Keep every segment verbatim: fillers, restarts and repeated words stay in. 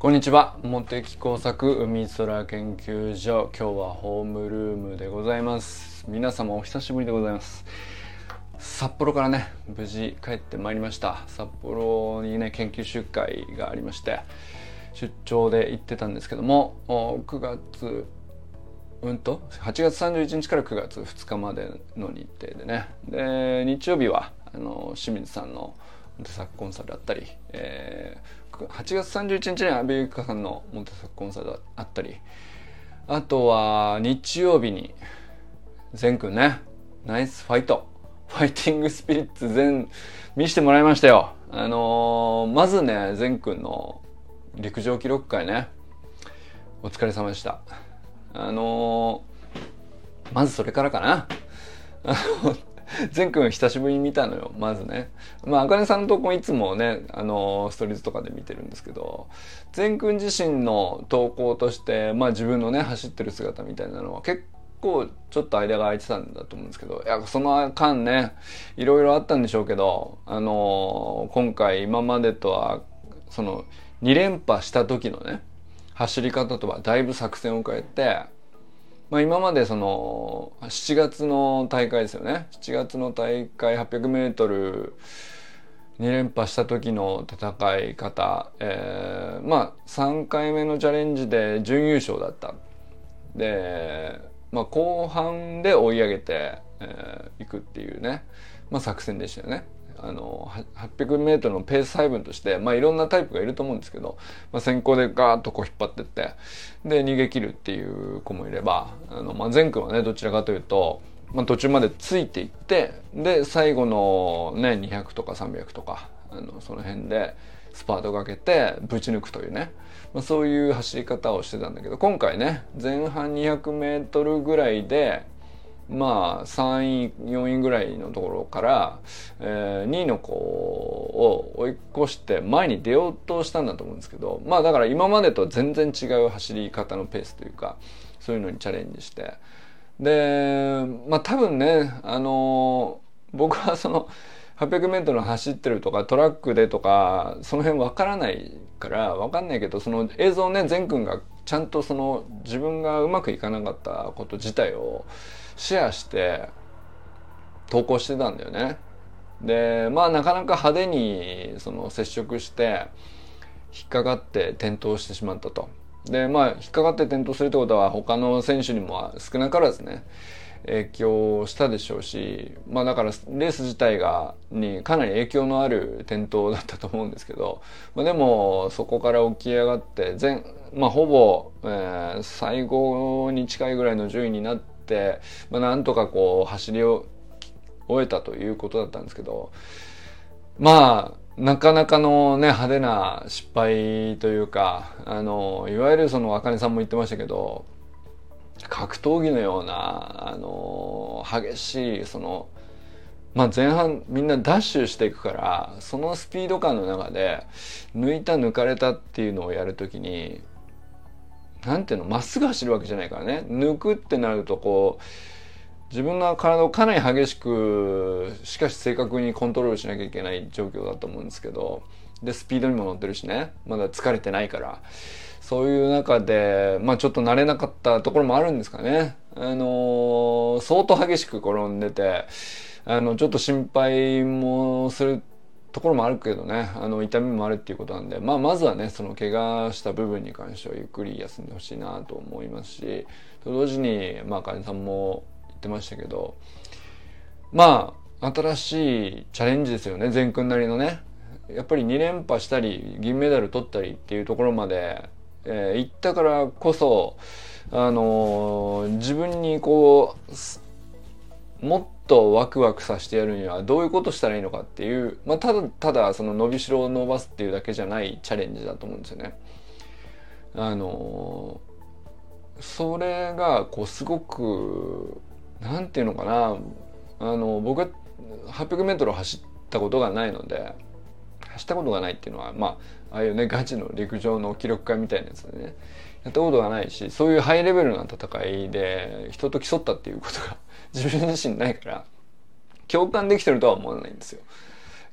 こんにちは。茂木工作海空研究所、今日はホームルームでございます。皆様お久しぶりでございます。札幌からね無事帰ってまいりました。札幌にね研究集会がありまして、出張で行ってたんですけども、くがつうんとはちがつさんじゅういちにちからくがつふつかまでの日程でね、で日曜日はあの清水さんのモテサックコンサルだったり、えー、はちがつさんじゅういちにちに阿部由香さんのモテサックコンサルだあったり、あとは日曜日に善くんねナイスファイトファイティングスピリッツ全見せてもらいましたよ。あのー、まずね善くんの陸上記録会ねお疲れ様でした。あのー、まずそれからかな。あの善くん久しぶりに見たのよ。まずね、まああかねさんのとこいつもねあのストーリーズとかで見てるんですけど、善くん自身の投稿としてまあ自分のね走ってる姿みたいなのは結構ちょっと間が空いてたんだと思うんですけど、いやその間ねいろいろあったんでしょうけど、あの今回今までとはそのに連覇した時のね走り方とはだいぶ作戦を変えて、まあ、今までそのしちがつの大会ですよね。しちがつの大会はっぴゃくメートルに連覇した時の戦い方、えー、まあさんかいめのチャレンジで準優勝だった。で、まあ、後半で追い上げてい、えー、くっていうね、まあ、作戦でしたよね。あのはっぴゃくメートルのペース配分として、まあ、いろんなタイプがいると思うんですけど、まあ、先行でガーッとこう引っ張ってってで逃げ切るっていう子もいれば、あの、まあ、善くんはねどちらかというと、まあ、途中までついていってで最後のねにひゃくとかさんびゃくとかあのその辺でスパートかけてぶち抜くというね、まあ、そういう走り方をしてたんだけど、今回ね前半にひゃくメートルぐらいでまあさんいよんいぐらいのところから、えー、にいの子を追い越して前に出ようとしたんだと思うんですけど、まあだから今までと全然違う走り方のペースというかそういうのにチャレンジして、でまあ多分ねあのー、僕はそのはっぴゃくメートル走ってるとかトラックでとかその辺わからないからわかんないけど、その映像ね善くんがちゃんとその自分がうまくいかなかったこと自体をシェアして投稿してたんだよね。でまあなかなか派手にその接触して引っかかって転倒してしまったと。でまあ引っかかって転倒するってことは他の選手にも少なからずね影響したでしょうし、まあだからレース自体がにかなり影響のある転倒だったと思うんですけど、まあ、でもそこから起き上がって全、まあ、ほぼ、えー、最後に近いぐらいの順位になって、まあ、なんとかこう走りを終えたということだったんですけど、まあなかなかのね派手な失敗というか、あのいわゆるそのあかねさんも言ってましたけど格闘技のようなあの激しいその、まあ、前半みんなダッシュしていくからそのスピード感の中で抜いた抜かれたっていうのをやるときになんていうのまっすぐ走るわけじゃないからね、抜くってなるとこう自分の体をかなり激しくしかし正確にコントロールしなきゃいけない状況だと思うんですけど、でスピードにも乗ってるしねまだ疲れてないから、そういう中でまあちょっと慣れなかったところもあるんですかね。あのー、相当激しく転んでてあのちょっと心配もするところもあるけどね、あの痛みもあるっていうことなんで、まあまずはねその怪我した部分に関してはゆっくり休んでほしいなと思いますし、と同時にまあかねさんも言ってましたけど、まあ新しいチャレンジですよね善くんなりのね。やっぱりに連覇したり銀メダル取ったりっていうところまで、えー、行ったからこそ、あのー、自分にこうもっとワクワクさせてやるにはどういうことしたらいいのかっていう、まあ、ただただその伸びしろを伸ばすっていうだけじゃないチャレンジだと思うんですよね。あのー、それがこうすごくなんていうのかな、あの僕ははっぴゃくメートル走ったことがないので、走ったことがないっていうのはまあああいうねガチの陸上の記録会みたいなやつでねやったことがないし、そういうハイレベルな戦いで人と競ったっていうことが自分自身ないから共感できてるとは思わないんですよ。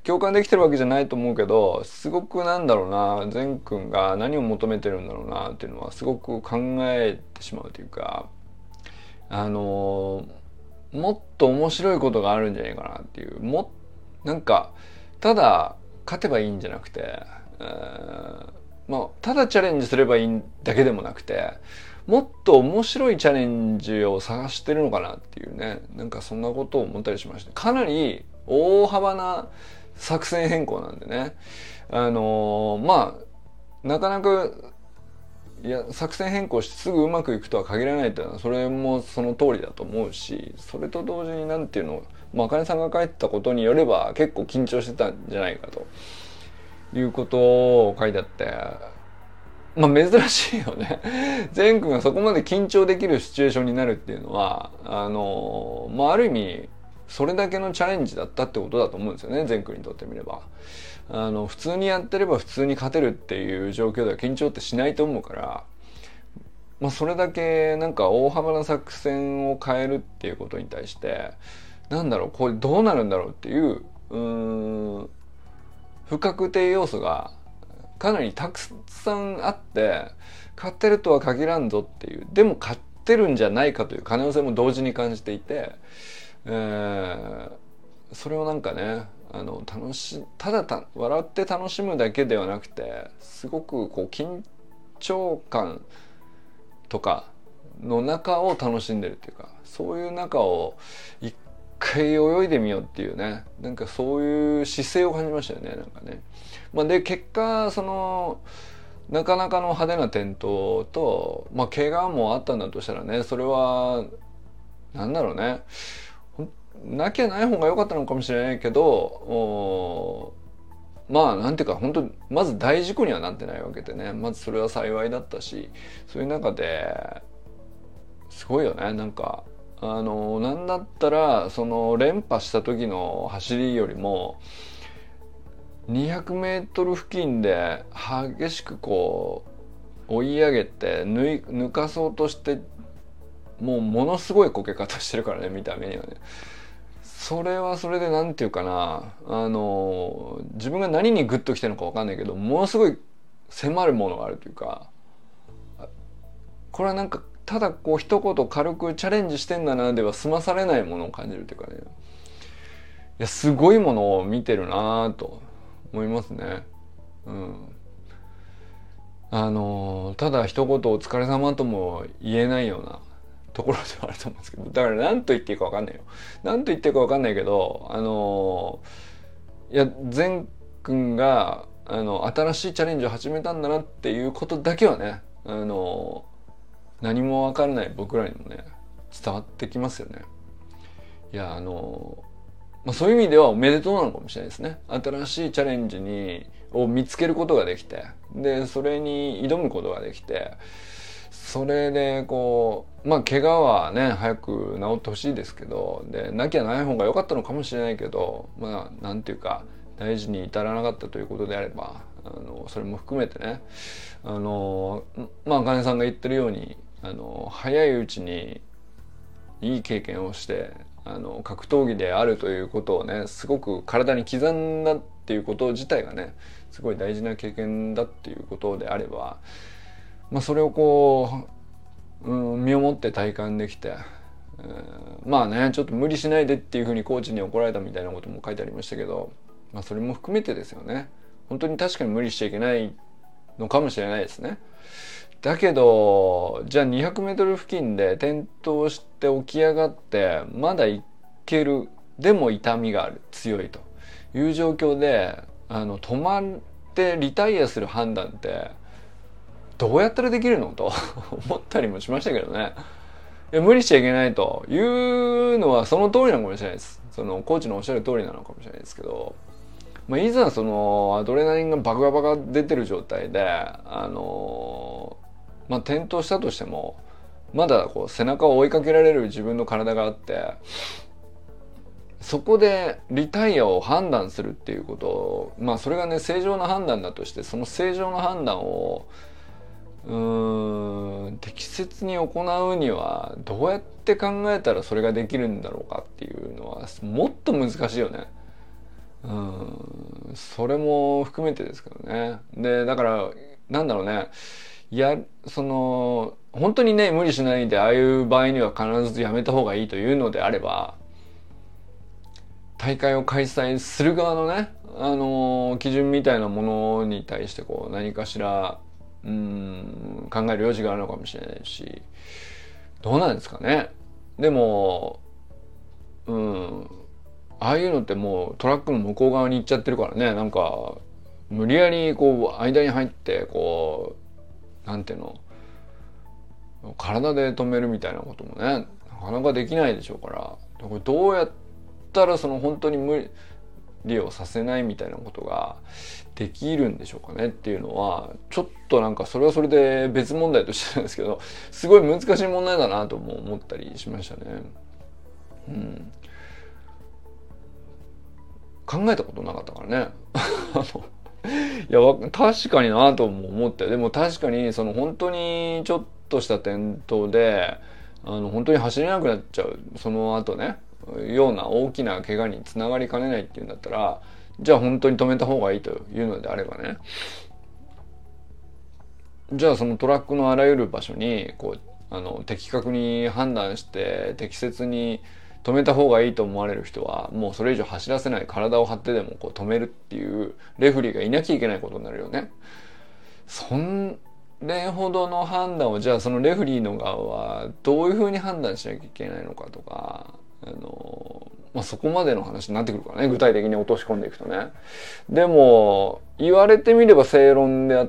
共感できてるわけじゃないと思うけど、すごくなんだろうな、善くんが何を求めてるんだろうなっていうのはすごく考えてしまうというか、あのもっと面白いことがあるんじゃないかなっていう、もなんかただ勝てばいいんじゃなくて、えーまあ、ただチャレンジすればいいだけでもなくて、もっと面白いチャレンジを探してるのかなっていうね、なんかそんなことを思ったりしました。かなり大幅な作戦変更なんでね、あのー、まあなかなかいや作戦変更してすぐうまくいくとは限らないというのはそれもその通りだと思うし、それと同時になんていうの、まあ茜さんが書いてたことによれば結構緊張してたんじゃないかということを書いてあって、まあ珍しいよね。善くんがそこまで緊張できるシチュエーションになるっていうのは、あのまあある意味それだけのチャレンジだったってことだと思うんですよね、善くんにとってみれば。あの普通にやってれば普通に勝てるっていう状況では緊張ってしないと思うから、まあ、それだけなんか大幅な作戦を変えるっていうことに対してなんだろう、これどうなるんだろうっていううーん不確定要素がかなりたくさんあって、勝ってるとは限らんぞっていう、でも勝ってるんじゃないかという可能性も同時に感じていて、えー、それをなんかね、あの楽しただた笑って楽しむだけではなくて、すごくこう緊張感とかの中を楽しんでるっていうか、そういう中を一回泳いでみようっていうね、なんかそういう姿勢を感じましたよね、なんかね。まあ、で結果そのなかなかの派手な転倒と、まあ、怪我もあったんだとしたらね、それはなんだろうね、なきゃない方が良かったのかもしれないけど、まあなんていうか本当まず大事故にはなってないわけでね、まずそれは幸いだったし、そういう中ですごいよね。なんかあのなんだったらその連覇した時の走りよりもにひゃくメートル付近で激しくこう追い上げて抜い抜かそうとして、もうものすごいこけ方してるからね、見た目にはね。それはそれでなんていうかな、あの自分が何にグッときてるのか分かんないけど、ものすごい迫るものがあるというか、これはなんかただこう一言軽くチャレンジしてんだなでは済まされないものを感じるというかね、いやすごいものを見てるなと思いますね。うん、あのただ一言お疲れ様とも言えないようなところではあると思うんですけど、だから何と言っていいか分かんないよ。何と言っていいか分かんないけど、あのいや善くんがあの新しいチャレンジを始めたんだなっていうことだけはね、あの何も分からない僕らにもね伝わってきますよね。いやあの、まあ、そういう意味ではおめでとうなのかもしれないですね。新しいチャレンジにを見つけることができて、でそれに挑むことができて、それでこうまあ怪我はね早く治ってほしいですけど、でなきゃない方が良かったのかもしれないけど、まあなんていうか大事に至らなかったということであれば、あのそれも含めてね、あのまあ茜さんが言ってるように、あの早いうちにいい経験をして、あの格闘技であるということをねすごく体に刻んだっていうこと自体がねすごい大事な経験だっていうことであれば、まあ、それをこう、うん、身をもって体感できて、うん、まあねちょっと無理しないでっていうふうにコーチに怒られたみたいなことも書いてありましたけど、まあ、それも含めてですよね。本当に確かに無理しちゃいけないのかもしれないですね。だけどじゃあ にひゃくメートル 付近で転倒して起き上がってまだいける、でも痛みがある、強いという状況であの止まってリタイアする判断ってどうやったらできるのと思ったりもしましたけどね。いや無理しちゃいけないというのはその通りなのかもしれないです。そのコーチのおっしゃる通りなのかもしれないですけど、まあ、いざそのアドレナリンがバカバカ出てる状態であのまあ、転倒したとしてもまだこう背中を追いかけられる自分の体があって、そこでリタイアを判断するっていうことを、まあそれがね正常な判断だとして、その正常な判断をうーん適切に行うにはどうやって考えたらそれができるんだろうかっていうのはもっと難しいよね。 うん、それも含めてですけどね。でだからなんだろうね、いやその本当にね無理しないで、ああいう場合には必ずやめた方がいいというのであれば、大会を開催する側のね、あの基準みたいなものに対してこう何かしらうん考える余地があるのかもしれないし、どうなんですかね。でもうんああいうのってもうトラックの向こう側に行っちゃってるからね、なんか無理やりこう間に入ってこうなんていうの、体で止めるみたいなこともねなかなかできないでしょうから、これどうやったらその本当に無理をさせないみたいなことができるんでしょうかねっていうのは、ちょっとなんかそれはそれで別問題としてなんですけど、すごい難しい問題だなとも思ったりしましたね。うん、考えたことなかったからね。いや確かになとも思って、でも確かにその本当にちょっとした転倒であの本当に走れなくなっちゃう、その後ねような大きな怪我につながりかねないっていうんだったら、じゃあ本当に止めた方がいいというのであればね、じゃあそのトラックのあらゆる場所にこうあの的確に判断して適切に止めた方がいいと思われる人はもうそれ以上走らせない、体を張ってでもこう止めるっていうレフリーがいなきゃいけないことになるよね。それほどの判断をじゃあそのレフリーの側はどういうふうに判断しなきゃいけないのかとか、あの、まあ、そこまでの話になってくるからね、具体的に落とし込んでいくとね。でも言われてみれば正論であって、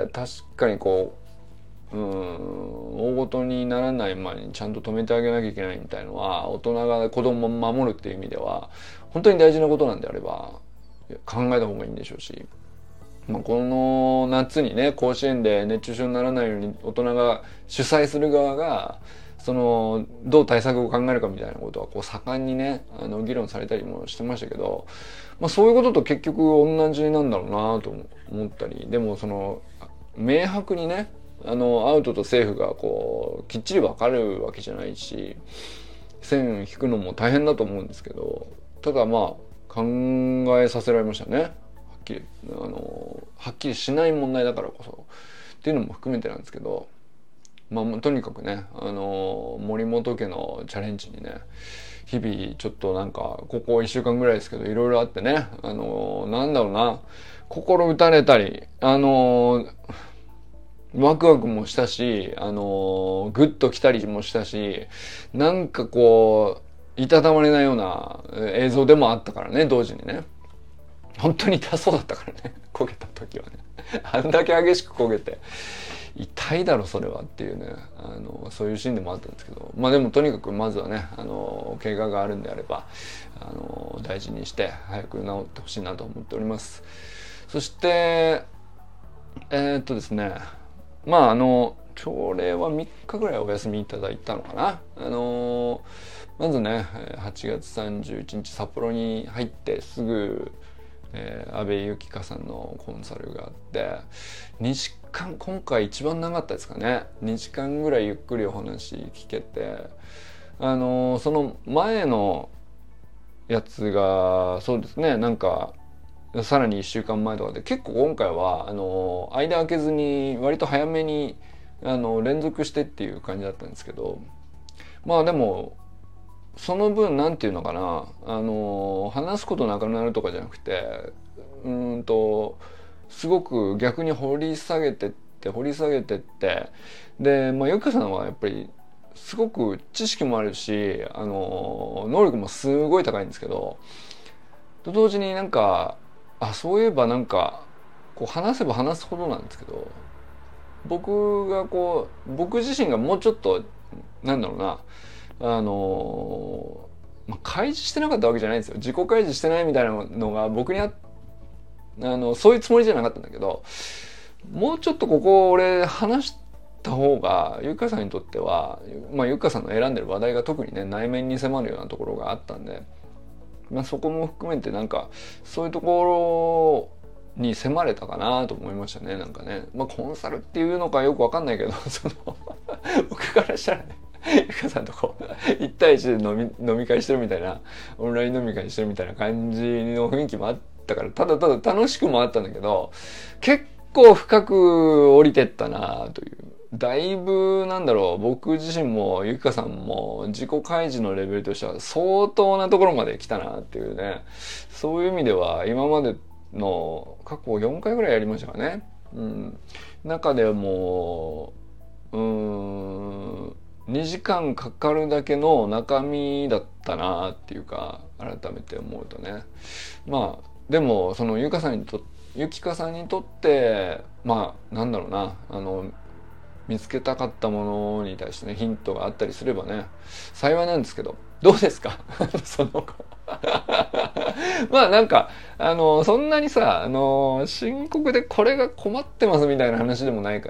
確かにこううん大ごとにならない前にちゃんと止めてあげなきゃいけないみたいのは、大人が子供を守るっていう意味では本当に大事なことなんであれば考えた方がいいんでしょうし、まあ、この夏にね甲子園で熱中症にならないように大人が主催する側がそのどう対策を考えるかみたいなことはこう盛んにねあの議論されたりもしてましたけど、まあ、そういうことと結局同じなんだろうなと思ったり、でもその明白にねあのアウトとセーフがこうきっちり分かるわけじゃないし、線引くのも大変だと思うんですけど、ただまあ考えさせられましたね。はっきりあのはっきりしない問題だからこそっていうのも含めてなんですけど、まあとにかくねあの森本家のチャレンジにね日々ちょっとなんかここいっしゅうかんぐらいですけどいろいろあってね、あのなんだろうな、心打たれたりあのワクワクもしたし、あのグッと来たりもしたし、なんかこういたたまれないような映像でもあったからね、同時にね。本当に痛そうだったからね、焦げた時はね。あんだけ激しく焦げて痛いだろそれはっていうね、あのそういうシーンでもあったんですけど、まあでもとにかくまずはね、あの怪我があるんであればあの大事にして早く治ってほしいなと思っております。そしてえー、っとですねまああの朝礼はみっかぐらいお休みいただいたのかな。あのまずねはちがつさんじゅういちにち札幌に入ってすぐ、えー、安倍由紀香さんのコンサルがあってにじかん、今回一番長かったですかね。にじかんぐらいゆっくりお話聞けて、あのその前のやつがそうですね、なんかさらにいっしゅうかんまえとかで結構今回はあの間空けずに割と早めにあの連続してっていう感じだったんですけど、まあでもその分なんていうのかな、あの話すことなくなるとかじゃなくて、うんとすごく逆に掘り下げてって掘り下げてって、で、まあ、ゆかさんはやっぱりすごく知識もあるし、あの能力もすごい高いんですけど、と同時になんかあそういえばなんかこう話せば話すほどなんですけど、僕がこう僕自身がもうちょっとなんだろうな、あのまあ、開示してなかったわけじゃないんですよ。自己開示してないみたいなのが僕にああのそういうつもりじゃなかったんだけど、もうちょっとここ俺話した方がゆかさんにとっては、まあ、ゆかさんの選んでる話題が特にね内面に迫るようなところがあったんで、まあ、そこも含めてなんかそういうところに迫れたかなと思いましたね。なんかね、まあ、コンサルっていうのかよくわかんないけどその僕からしたらねゆかさんとこういち対いちで飲み飲み会してるみたいな、オンライン飲み会してるみたいな感じの雰囲気もあったから、ただただ楽しくもあったんだけど、結構深く降りてったなという。だいぶなんだろう、僕自身もゆきかさんも自己開示のレベルとしては相当なところまで来たなっていうね、そういう意味では今までの過去よんかいぐらいやりましたかね、うん、中でもうーんにじかんかかるだけの中身だったなっていうか、改めて思うとね。まあでもそのゆかさんにとゆきかさんにとってまあなんだろうな、あの見つけたかったものに対してねヒントがあったりすればね幸いなんですけど、どうですかその子まあなんかあのそんなにさ、あの深刻でこれが困ってますみたいな話でもないから、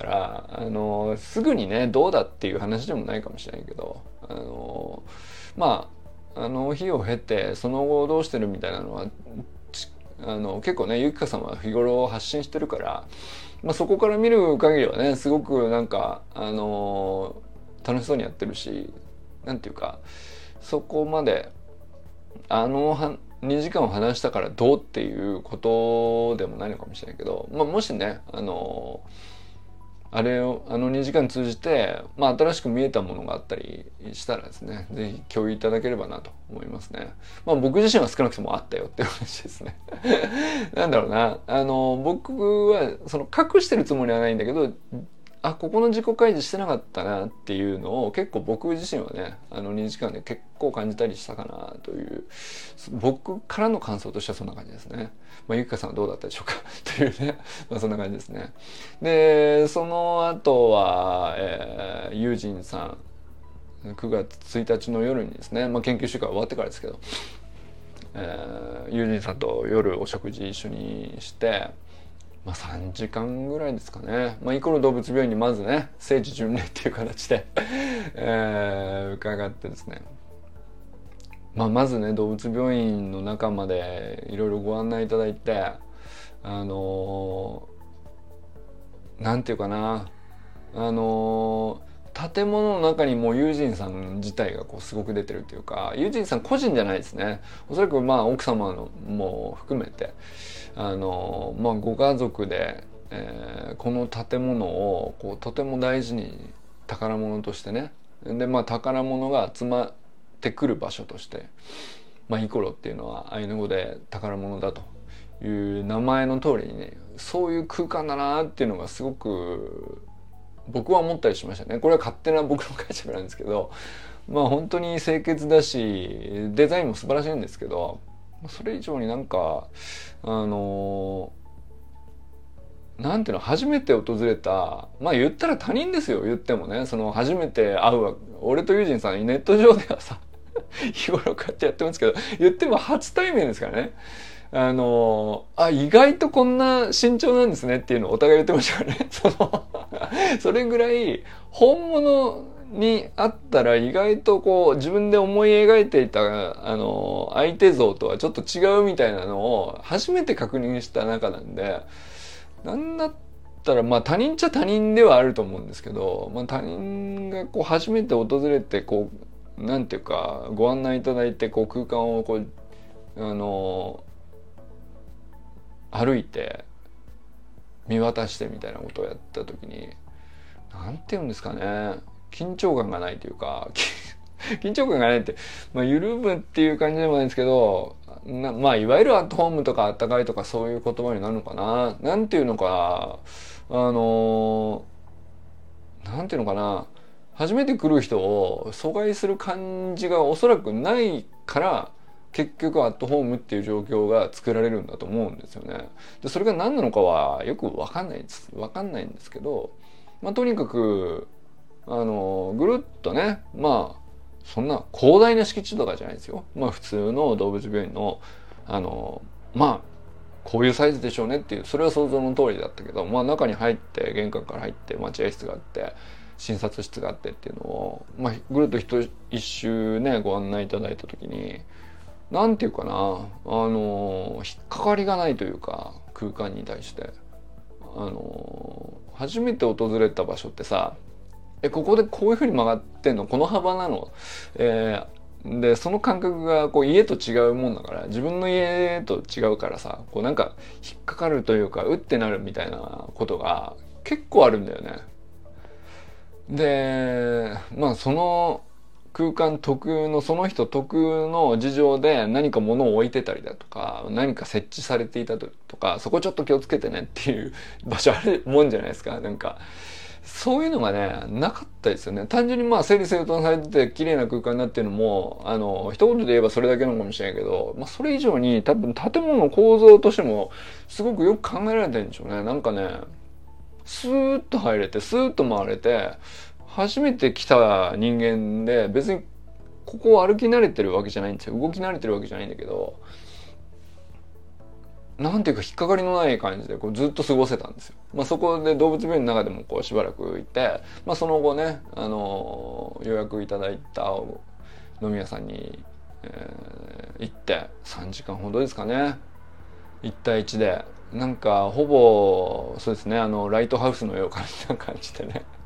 あのすぐにねどうだっていう話でもないかもしれないけど、あのまああの日を経てその後どうしてるみたいなのはあの結構ねゆきかさんは日頃発信してるから、まあ、そこから見る限りはねすごくなんかあの楽しそうにやってるし、なんていうかそこまであのにじかんを話したからどうっていうことでもないのかもしれないけど、まあ、もしねあのあれをあのにじかん通じて、まあ、新しく見えたものがあったりしたらですね、ぜひ共有いただければなと思いますね。まあ、僕自身は少なくともあったよっていう話ですね。なんだろうな、あの僕はその隠してるつもりはないんだけど、あここの自己開示してなかったなっていうのを結構僕自身はねあのにじかんで結構感じたりしたかなという僕からの感想としてはそんな感じですね。まあ、ゆきかさんはどうだったでしょうかというね、まあ、そんな感じですね。でその後は、えー、ユージンさんくがつついたちの夜にですね、まあ、研究週間終わってからですけど、えー、ユージンさんと夜お食事一緒にして、まあ、さんじかんぐらいですかね。まあ、イコロ動物病院にまずね聖地巡礼っていう形で、えー、伺ってですね、まあ、まずね動物病院の中までいろいろご案内いただいて、あのー、なんていうかな、あのー、建物の中にもユージンさん自体がこうすごく出てるっていうか、ユージンさん個人じゃないですね。おそらくまあ奥様のも含めてあのまあご家族で、えー、この建物をこうとても大事に宝物としてね、でまあ宝物が集まってくる場所として、まあ、イコロっていうのはアイヌ語で宝物だという名前の通りにね、そういう空間だなっていうのがすごく僕は思ったりしましたね。これは勝手な僕の解釈なんですけど、まあ本当に清潔だしデザインも素晴らしいんですけど、それ以上になんかあのなんていうの、初めて訪れた、まあ言ったら他人ですよ、言ってもね。その初めて会うわ、俺とユージンさんネット上ではさ日頃こうやってやってますけど、言っても初対面ですからね。あのあ意外とこんな身長なんですねっていうのをお互い言ってましたからね。そのそれぐらい本物にあったら意外とこう自分で思い描いていたあの相手像とはちょっと違うみたいなのを初めて確認した中なんで、なんだったらまあ他人っちゃ他人ではあると思うんですけど、まあ、他人がこう初めて訪れてこうなんていうかご案内いただいてこう空間をこうあの歩いて見渡してみたいなことをやった時に、なんていうんですかね、緊張感がないというか緊張感がないって、まあ、緩むっていう感じでもないんですけど、なまあいわゆるアットホームとかあったかいとかそういう言葉になるのかな、なんていうのかあのなんていうのかな、初めて来る人を阻害する感じがおそらくないから結局アットホームっていう状況が作られるんだと思うんですよね。でそれが何なのかはよく分かんないです分かんないんですけど、まあ、とにかくあのぐるっとね、まあそんな広大な敷地とかじゃないですよ。まあ普通の動物病院のあのまあこういうサイズでしょうねっていう、それは想像の通りだったけど、まあ中に入って玄関から入って待合室があって診察室があってっていうのを、まあ、ぐるっと一一周ねご案内いただいた時に、なんていうかな、あの引っかかりがないというか、空間に対してあの初めて訪れた場所ってさ、 えここでこういう風に曲がってんのこの幅なの、えー、でその感覚がこう家と違うもんだから自分の家と違うからさこうなんか引っかかるというかうってなるみたいなことが結構あるんだよね。でまあその空間特有のその人特有の事情で何か物を置いてたりだとか何か設置されていたとかそこちょっと気をつけてねっていう場所あるもんじゃないですか。なんかそういうのがねなかったですよね。単純にまあ整理整頓されてて綺麗な空間になってるのもあの一言で言えばそれだけなのかもしれないけど、まあ、それ以上に多分建物の構造としてもすごくよく考えられてるんでしょうね。なんかねスーッと入れてスーッと回れて初めて来た人間で別にここを歩き慣れてるわけじゃないんですよ。動き慣れてるわけじゃないんだけどなんていうか引っかかりのない感じでこうずっと過ごせたんですよ。まあ、そこで動物病院の中でもこうしばらくいて、まあ、その後ね、あのー、予約いただいた飲み屋さんに、えー、行ってさんじかんほどですかねいち対いちでなんかほぼそうですねあのライトハウスのような感じでね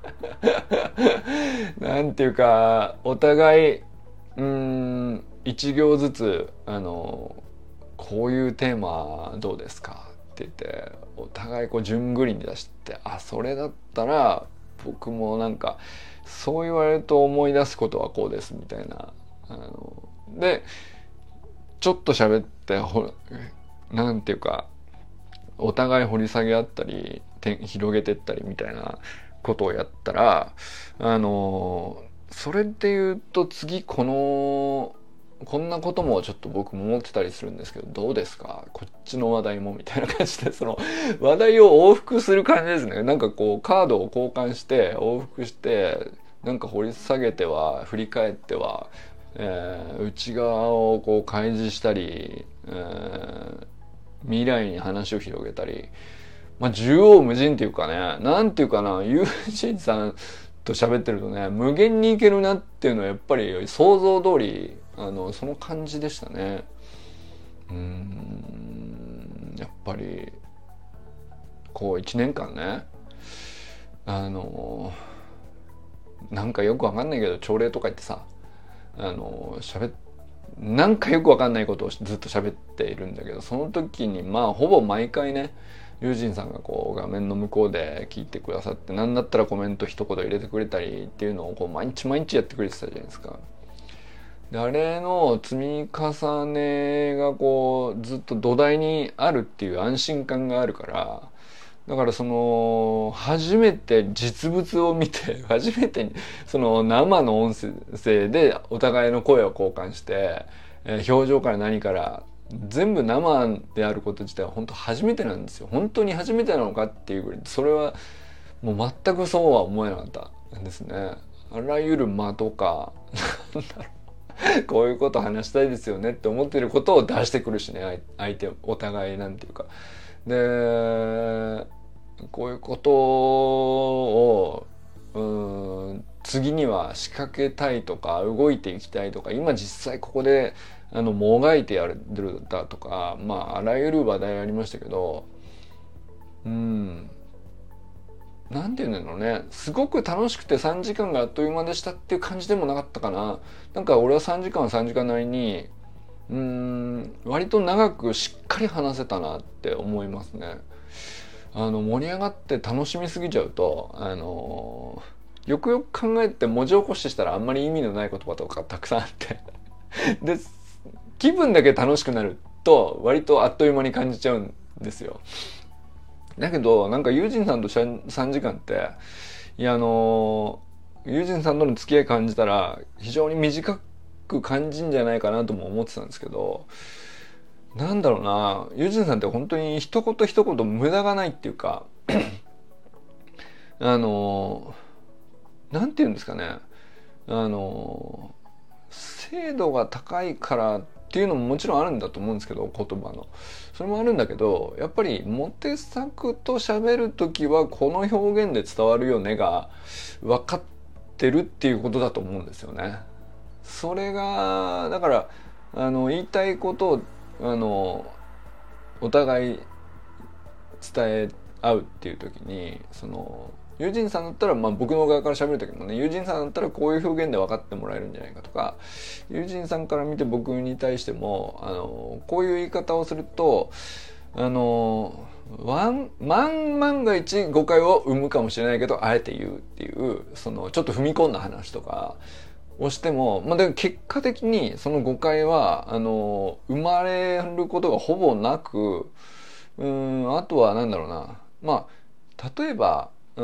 なんていうかお互いうーん一行ずつあのこういうテーマどうですかって言ってお互いこう順繰りに出してあそれだったら僕もなんかそう言われると思い出すことはこうですみたいなあのでちょっと喋ってほなんていうかお互い掘り下げ合ったり広げてったりみたいなことをやったらあのそれで言うと次このこんなこともちょっと僕も思ってたりするんですけどどうですかこっちの話題もみたいな感じでその話題を往復する感じですね。なんかこうカードを交換して往復してなんか掘り下げては振り返っては、えー、内側をこう開示したり、えー、未来に話を広げたりまあ縦横無尽っていうかねなんていうかなユージンさんと喋ってるとね無限にいけるなっていうのはやっぱり想像通りあのその感じでしたね。うーんやっぱりこういちねんかんねあのなんかよくわかんないけど朝礼とか言ってさあの喋っなんかよくわかんないことをずっと喋っているんだけどその時にまあほぼ毎回ねユージンさんがこう画面の向こうで聞いてくださって何だったらコメント一言入れてくれたりっていうのをこう毎日毎日やってくれてたじゃないですか。であれの積み重ねがこうずっと土台にあるっていう安心感があるからだからその初めて実物を見て初めてその生の音声でお互いの声を交換して、えー、表情から何から全部生であること自体は本当初めてなんですよ。本当に初めてなのかっていうぐらいそれはもう全くそうは思えなかったんですね。あらゆる間とかなんだろうこういうこと話したいですよねって思ってることを出してくるしね相手お互いなんていうかでこういうことをうーん次には仕掛けたいとか動いていきたいとか今実際ここであのもがいてやるだとかまああらゆる話題ありましたけどうんなんていうんだろうねすごく楽しくてさんじかんがあっという間でしたっていう感じでもなかったかな。なんか俺はさんじかんはさんじかんなりにうーん割と長くしっかり話せたなって思いますね。あの盛り上がって楽しみすぎちゃうとあのよくよく考えて文字起こししたらあんまり意味のない言葉とかたくさんあってで気分だけ楽しくなると割とあっという間に感じちゃうんですよ。だけどなんかユージンさんとさんじかんっていやあのユージンさんとの付き合い感じたら非常に短く感じんじゃないかなとも思ってたんですけどなんだろうなユージンさんって本当に一言一言無駄がないっていうかあのなんて言うんですかねあの精度が高いからっていうのももちろんあるんだと思うんですけど言葉のそれもあるんだけどやっぱりモテ作と喋る時はこの表現で伝わるよねが分かってるっていうことだと思うんですよね。それがだからあの言いたいことをあのお互い伝え合うっていう時にその友人さんだったら、まあ僕の側から喋る時もね、友人さんだったらこういう表現で分かってもらえるんじゃないかとか、友人さんから見て僕に対しても、あの、こういう言い方をすると、あの、万万万が一誤解を生むかもしれないけど、あえて言うっていう、その、ちょっと踏み込んだ話とかをしても、まあでも結果的にその誤解は、あの、生まれることがほぼなく、うん、あとはなんだろうな。まあ、例えば、うん、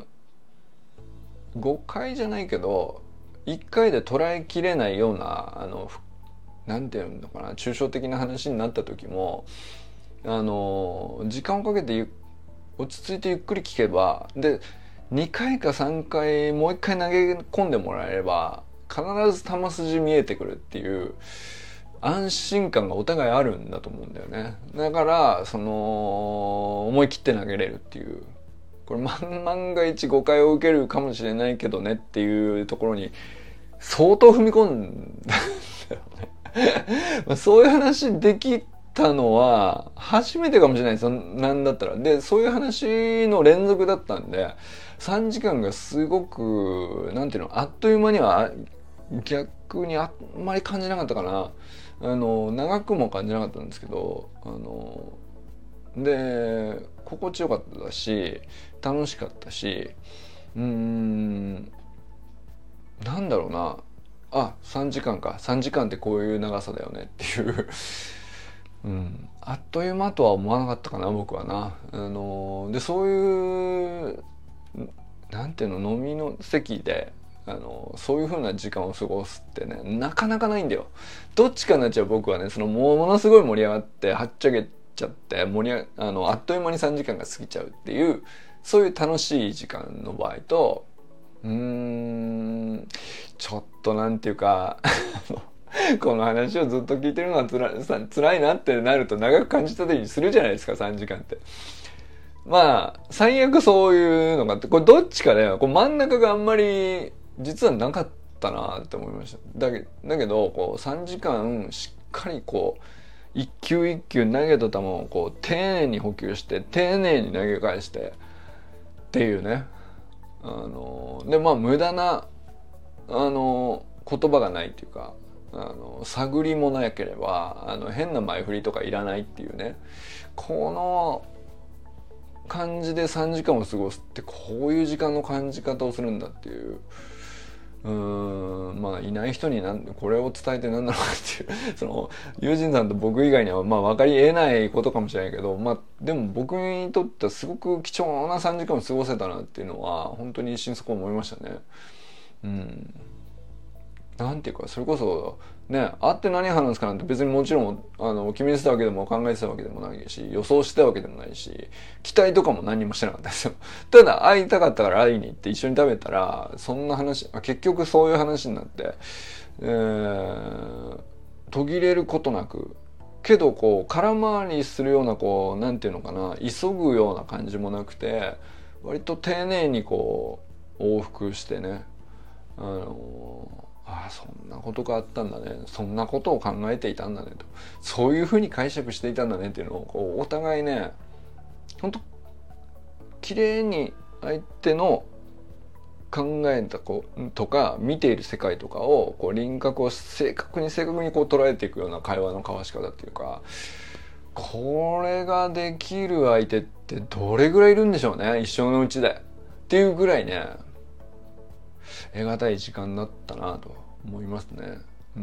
誤解じゃないけど一回で捉えきれないようなあのなんていうのかな抽象的な話になった時もあの時間をかけて落ち着いてゆっくり聞けばでにかいかさんかいもういっかい投げ込んでもらえれば必ず球筋見えてくるっていう安心感がお互いあるんだと思うんだよね。だからその思い切って投げれるっていうこれ万万が一誤解を受けるかもしれないけどねっていうところに相当踏み込んだんだよねそういう話できたのは初めてかもしれないですよ。なんだったら。で、そういう話の連続だったんで、さんじかんがすごく、なんていうの、あっという間には逆にあんまり感じなかったかな。あの、長くも感じなかったんですけど、あの、で、心地よかったし、楽しかったし、うーん、なんだろうな。あ、さんじかんか。さんじかんってこういう長さだよねっていううん、あっという間とは思わなかったかな僕はな。あのでそういうなんていうの飲みの席であのそういう風な時間を過ごすってねなかなかないんだよ。どっちかになっちゃう僕はねそのもものすごい盛り上がってはっちゃけちゃって盛り上あのあっという間にさんじかんが過ぎちゃうっていうそういう楽しい時間の場合とうーんちょっとなんていうかこの話をずっと聞いてるのはつらさ辛いなってなると長く感じた時にするじゃないですかさんじかんって。まあ最悪そういうのがあってこれどっちかねこう真ん中があんまり実はなかったなって思いました。だけだけどこうさんじかんしっかりこう一球一球投げた球をこう丁寧に補給して丁寧に投げ返してっていうねあのでまあ無駄なあの言葉がないっていうかあの探りもなければあの変な前振りとかいらないっていうねこの感じでさんじかんを過ごすってこういう時間の感じ方をするんだっていううーんまあいない人になんこれを伝えて何なのかっていうその友人さんと僕以外にはまあ分かり得ないことかもしれないけどまあでも僕にとってはすごく貴重なさんじかんを過ごせたなっていうのは本当に心底思いましたね。うんなんていうかそれこそね会って何話すかなんて別にもちろんあの決めてたわけでも考えてたわけでもないし予想してたわけでもないし期待とかも何もしてなかったですよ。ただ会いたかったから会いに行って一緒に食べたらそんな話結局そういう話になって、えー、途切れることなくけどこう空回りするようなこうなんていうのかな急ぐような感じもなくて割と丁寧にこう往復してねあのああそんなことがあったんだねそんなことを考えていたんだねとそういうふうに解釈していたんだねっていうのをこうお互いねほんと綺麗に相手の考えたことか見ている世界とかをこう輪郭を正確に正確にこう捉えていくような会話の交わし方っていうかこれができる相手ってどれぐらいいるんでしょうね一生のうちでっていうぐらいね得難い時間だったなと思いますね。うん、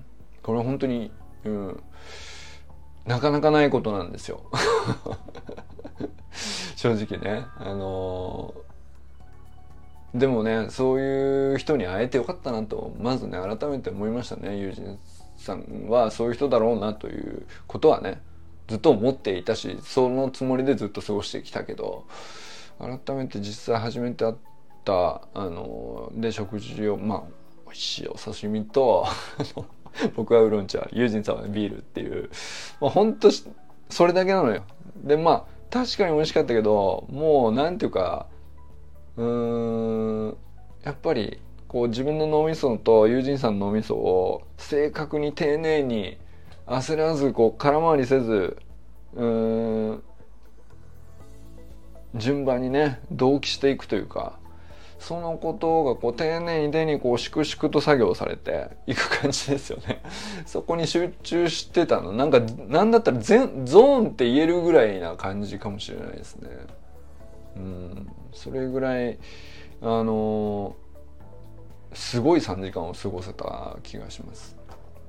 これは本当に、うん、なかなかないことなんですよ。正直ね。あのー、でもね、そういう人に会えてよかったなと、まずね、改めて思いましたね。友人さんはそういう人だろうなということはね、ずっと思っていたし、そのつもりでずっと過ごしてきたけど、改めて実際初めて会ってあので食事をまあ美味しいお刺身と僕はウーロン茶友人さんはビールっていう、まあ、ほんとそれだけなのよ。でまあ確かに美味しかったけどもうなんていうかうーんやっぱりこう自分の脳みそと友人さんの脳みそを正確に丁寧に焦らずこう空回りせずうーん順番にね同期していくというか、そのことがこう丁寧に丁寧にこう粛々と作業されていく感じですよね。そこに集中してたのなんかなんだったら全ゾーンって言えるぐらいな感じかもしれないですね。うん、それぐらいあのー、すごいさんじかんを過ごせた気がします。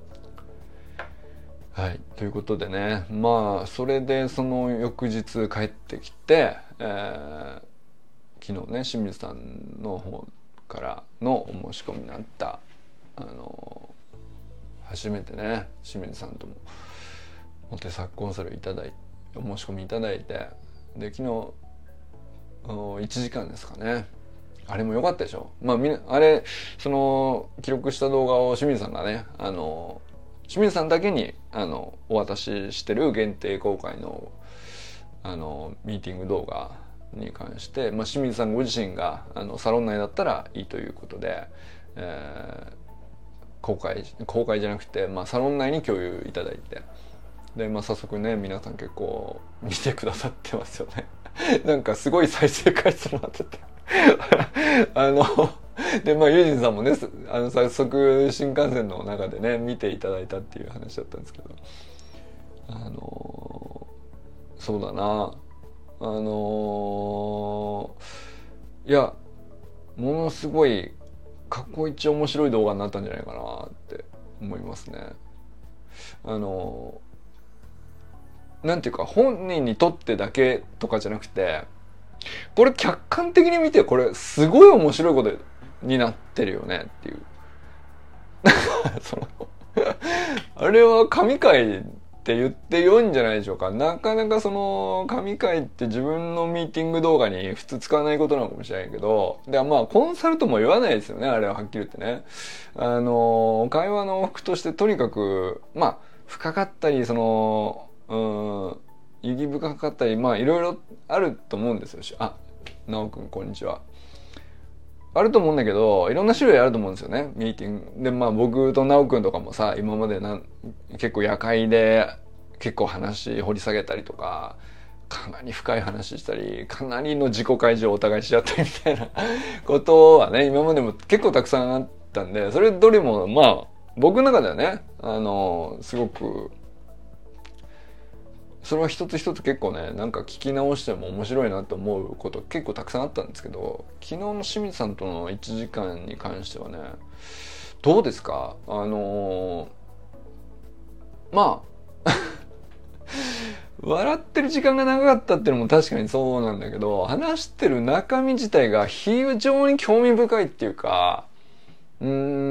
はい、ということでね、まあそれでその翌日帰ってきて、えー、昨日ね清水さんの方からのお申し込みになったあの初めてね清水さんともお手作コンサルいただいてお申し込みいただいて、で昨日いちじかんですかね。あれも良かったでしょ。まあみんあれその記録した動画を清水さんがねあの清水さんだけにあのお渡ししてる限定公開のあのミーティング動画に関して、まあ、清水さんご自身があのサロン内だったらいいということで、えー、公開公開じゃなくて、まあ、サロン内に共有いただいて、で、まあ、早速ね皆さん結構見てくださってますよね。なんかすごい再生回数もなっててあのでまあユージンさんもねあの早速新幹線の中でね見ていただいたっていう話だったんですけど、あのそうだなあのー、いやものすごい過去一面白い動画になったんじゃないかなって思いますね。あのー、なんていうか本人にとってだけとかじゃなくて、これ客観的に見てこれすごい面白いことになってるよねっていうそのあれは神回って言って良いんじゃないでしょうか。なかなかその神回って自分のミーティング動画に普通使わないことなのかもしれないけど、でまあコンサルとも言わないですよね、あれははっきり言ってね。あの会話の往復としてとにかくまあ深かったりそのうん意義深かったりまあいろいろあると思うんですよ。あ、なおくんこんにちは。あると思うんだけどいろんな種類あると思うんですよねミーティングで。まあ僕となおくんとかもさ今までなん結構夜会で結構話掘り下げたりとかかなり深い話したりかなりの自己開示をお互いし合ったりみたいなことはね今までも結構たくさんあったんで、それどれもまあ僕の中ではねあのすごくそれは一つ一つ結構ねなんか聞き直しても面白いなと思うこと結構たくさんあったんですけど、昨日の清水さんとのいちじかんに関してはねどうですか。あのー、まあ笑ってる時間が長かったっていうのも確かにそうなんだけど、話してる中身自体が非常に興味深いっていうか、うー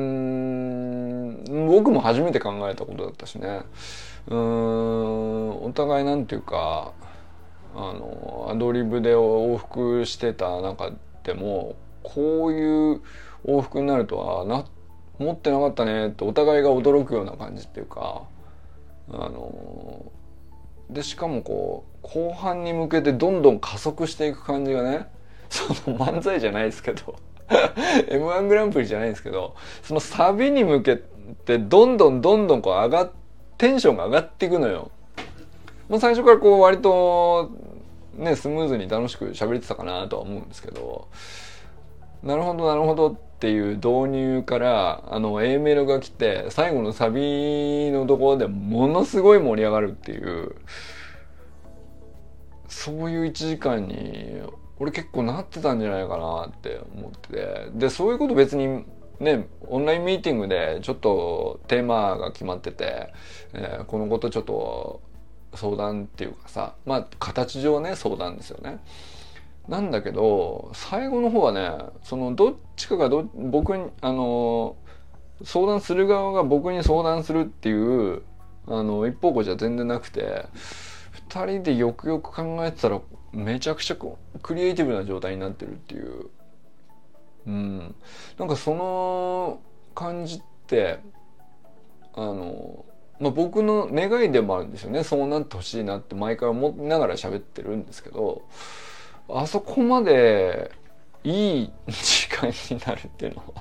ん僕も初めて考えたことだったしね。うーんお互いなんていうかあのアドリブで往復してた中でもこういう往復になるとはな思ってなかったねってお互いが驚くような感じっていうか、あのでしかもこう後半に向けてどんどん加速していく感じがね、その漫才じゃないですけどエムワン グランプリじゃないですけど、そのサビに向けてどんどんどんどんこう上がってテンションが上がっていくのよ。もう最初からこう割とねスムーズに楽しく喋れてたかなとは思うんですけど、なるほどなるほどっていう導入からあの A メロが来て最後のサビのところでものすごい盛り上がるっていう、そういういちじかんに俺結構なってたんじゃないかなって思ってて、でそういうこと別にね、オンラインミーティングでちょっとテーマが決まってて、えー、このことちょっと相談っていうかさ、まあ形上ね相談ですよね。なんだけど最後の方はねそのどっちかがど僕にあの相談する側が僕に相談するっていうあの一方向じゃ全然なくて、ふたりでよくよく考えてたらめちゃくちゃクリエイティブな状態になってるっていう。うん、なんかその感じってあの、まあ、僕の願いでもあるんですよね。そうなってほしいなって毎回思いながら喋ってるんですけど、あそこまでいい時間になるっていうのは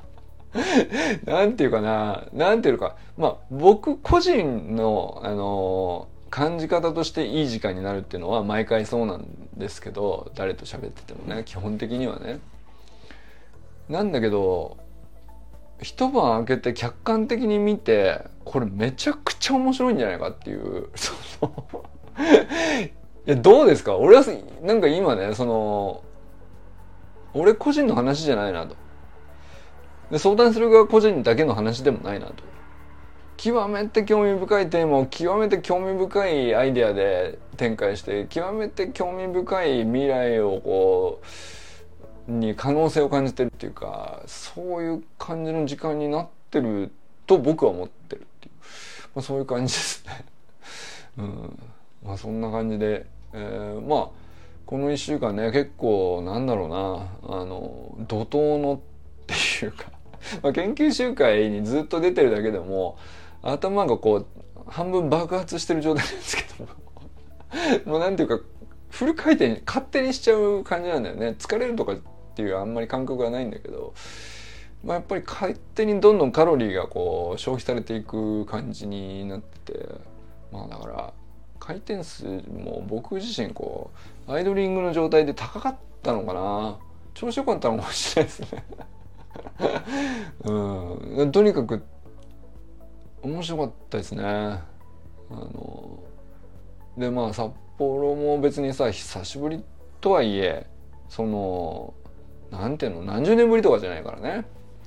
なんていうかななんていうかまあ僕個人のあの感じ方としていい時間になるっていうのは毎回そうなんですけど、誰と喋っててもね基本的にはね。なんだけど一晩明けて客観的に見てこれめちゃくちゃ面白いんじゃないかっていうそのいやどうですか。俺はなんか今ねその俺個人の話じゃないなと。で相談する側個人だけの話でもないなと。極めて興味深いテーマを極めて興味深いアイデアで展開して極めて興味深い未来をこうに可能性を感じてるっていうか、そういう感じの時間になってると僕は思ってるっていう、まあ、そういう感じですね。うん、まあそんな感じで、えー、まあこのいっしゅうかんね結構なんだろうなあの怒涛のっていうかまあ研究集会にずっと出てるだけでも頭がこう半分爆発してる状態なんですけどももうなんていうかフル回転勝手にしちゃう感じなんだよね。疲れるとかっていうあんまり感覚はないんだけど、まあ、やっぱり勝手にどんどんカロリーがこう消費されていく感じになってて、まあだから回転数も僕自身こうアイドリングの状態で高かったのかな、調子良かったのかもしれないですねうん、とにかく面白かったですね。あのでまあ札幌も別にさ久しぶりとはいえそのなんていうの何十年ぶりとかじゃないからね。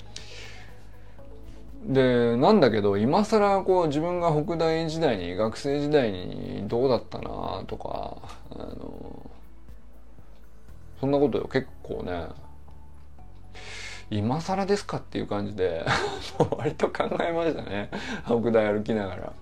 でなんだけど今更こう自分が北大時代に学生時代にどうだったなとかあのそんなことを結構ね今更ですかっていう感じで割と考えましたね北大歩きながら。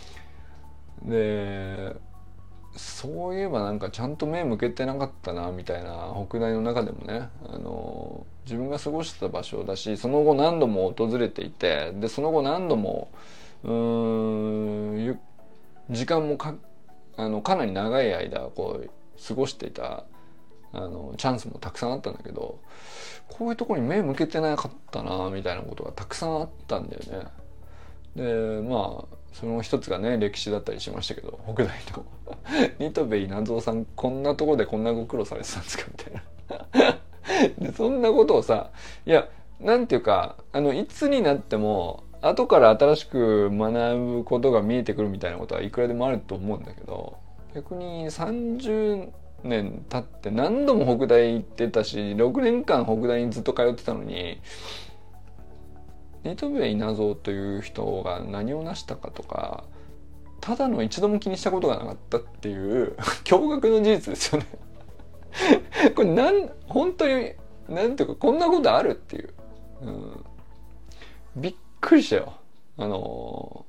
でそういえばなんかちゃんと目向けてなかったなみたいな北大の中でもねあの自分が過ごしてた場所だしその後何度も訪れていてでその後何度もうーん時間もかあのかなり長い間こう過ごしていたあのチャンスもたくさんあったんだけどこういうところに目向けてなかったなみたいなことがたくさんあったんだよね。でまあその一つがね歴史だったりしましたけど北大の新渡戸稲造さんこんなところでこんなご苦労されてたんですかみたいなでそんなことをさいやなんていうかあのいつになっても後から新しく学ぶことが見えてくるみたいなことはいくらでもあると思うんだけど逆にさんじゅうねん経って何度も北大行ってたしろくねんかん北大にずっと通ってたのに新渡戸稲造という人が何を成したかとかただの一度も気にしたことがなかったっていう驚愕の事実ですよねこれなん本当になんていうかこんなことあるっていう、うん、びっくりしたよ。あの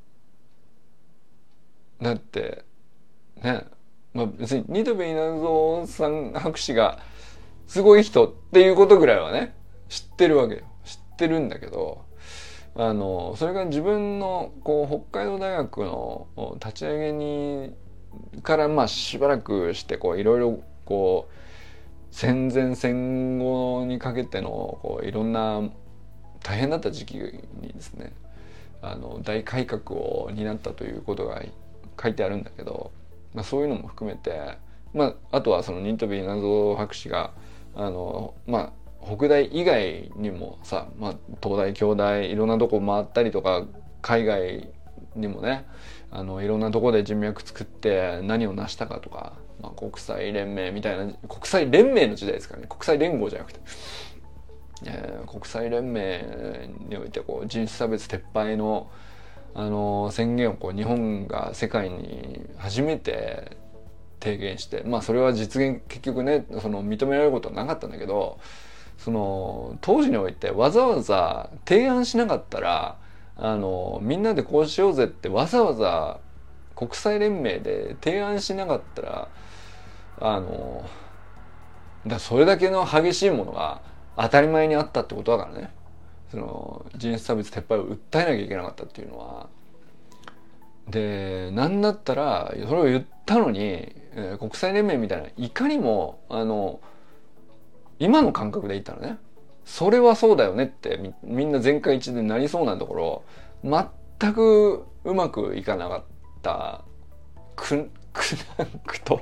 だってねまあ別に新渡戸稲造さん博士がすごい人っていうことぐらいはね知ってるわけよ。知ってるんだけどあのそれが自分のこう北海道大学の立ち上げにからまあしばらくしてこういろいろこう戦前戦後にかけてのこういろんな大変だった時期にですねあの大改革を担ったということが書いてあるんだけど、まあ、そういうのも含めて、まあ、あとはその新渡戸稲造博士があのまあ北大以外にもさ、まあ、東大京大いろんなとこ回ったりとか海外にもねあのいろんなとこで人脈作って何を成したかとか、まあ、国際連盟みたいな国際連盟の時代ですからね国際連合じゃなくて、えー、国際連盟においてこう人種差別撤廃の、あの宣言をこう日本が世界に初めて提言してまあそれは実現結局ねその認められることはなかったんだけどその当時においてわざわざ提案しなかったらあのみんなでこうしようぜってわざわざ国際連盟で提案しなかったらあのだそれだけの激しいものが当たり前にあったってことだからねその人種差別撤廃を訴えなきゃいけなかったっていうのはでなんだったらそれを言ったのに、えー、国際連盟みたいないかにもあの今の感覚で言ったらねそれはそうだよねってみ、みんな全会一致でなりそうなところ全くうまくいかなかった苦難くと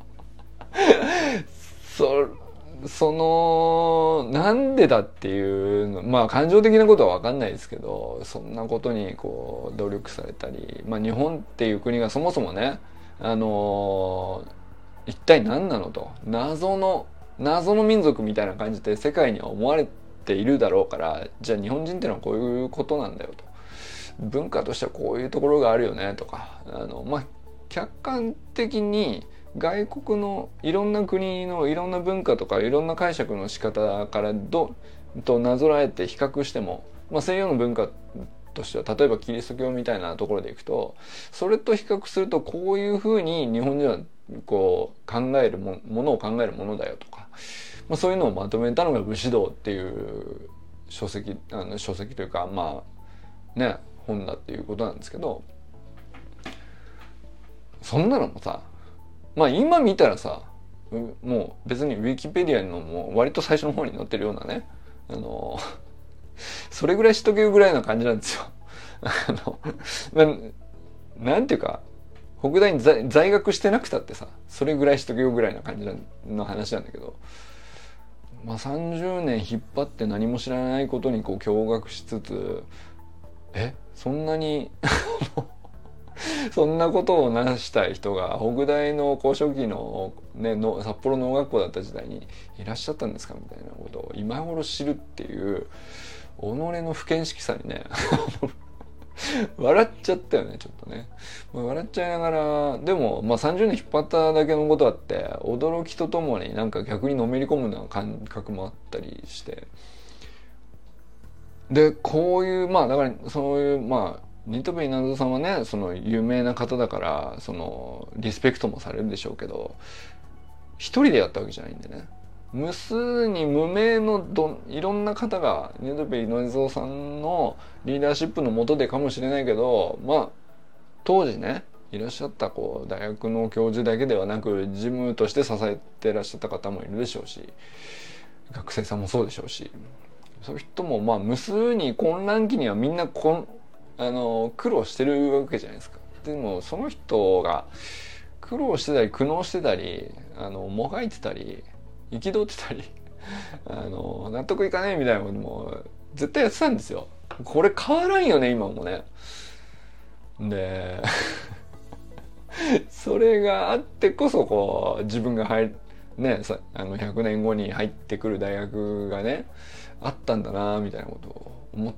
そそのなんでだっていうの、まあ感情的なことは分かんないですけど、そんなことにこう努力されたり、まあ日本っていう国がそもそもね、あの一体何なのと、謎の謎の民族みたいな感じで世界には思われているだろうから、じゃあ日本人ってのはこういうことなんだよと、文化としてはこういうところがあるよねとか、あのまあ客観的に外国のいろんな国のいろんな文化とかいろんな解釈の仕方からどとなぞらえて比較しても、まあ、西洋の文化としては例えばキリスト教みたいなところでいくと、それと比較するとこういうふうに日本人はこう考えるもものを考えるものだよとか、まあ、そういうのをまとめたのが武士道っていう書籍あの書籍というかまあね本だっていうことなんですけど、そんなのもさ、まあ今見たらさ、もう別にウィキペディアのもう割と最初の方に載ってるようなね、あのそれぐらいしとけるぐらいな感じなんですよ。あの、まあ、なんていうか北大に 在, 在学してなくたってさ、それぐらいしとけよぐらいな感じの話なんだけど、まあさんじゅうねん引っ張って何も知らないことにこう驚愕しつつ、えそんなにそんなことをなしたい人が北大の高初期の,、ね、の札幌農学校だった時代にいらっしゃったんですかみたいなことを今頃知るっていう己の不見識さにね笑っちゃったよねちょっとね、まあ、笑っちゃいながら、でも、まあ、さんじゅうねん引っ張っただけのことあって驚きとともになんか逆にのめり込むような感覚もあったりして、でこういうまあだからそういうまあ新渡戸稲造さんはねその有名な方だからそのリスペクトもされるでしょうけど、一人でやったわけじゃないんでね、無数に無名のどいろんな方が新渡戸稲造さんのリーダーシップの下でかもしれないけど、まあ当時ねいらっしゃったこう大学の教授だけではなく事務として支えていらっしゃった方もいるでしょうし、学生さんもそうでしょうし、そういう人もまあ無数に混乱期にはみんなこんあの苦労してるわけじゃないですか。でもその人が苦労してたり苦悩してたりあのもがいてたり憤ってたりあの納得いかねえみたいなことも絶対やってたんですよ。これ変わらんよね今もね。でそれがあってこそこう自分が入ねさあのひゃくねんごに入ってくる大学がねあったんだなみたいなことを思って、